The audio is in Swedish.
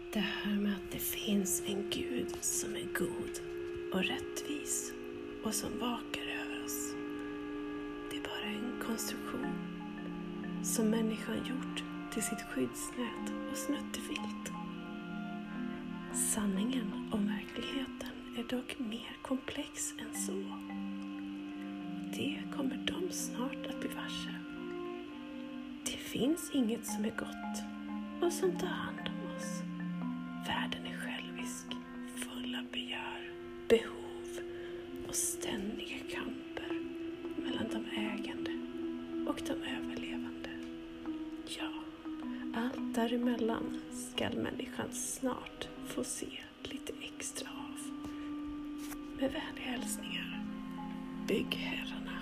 Det här med att det finns en Gud som är god och rättvis och som vakar över oss. Det är bara en konstruktion som människan gjort till sitt skyddsnät och snuttefilt. Sanningen om verkligheten är dock mer komplex än så. Det kommer de snart att bli varse. Det finns inget som är gott och som tar hand om oss. Världen är självisk, full av begär, behov och ständiga kamper mellan de ägande och de överlevande. Ja, allt däremellan skall människan snart få se lite extra av. Med vänliga hälsningar, byggherrarna.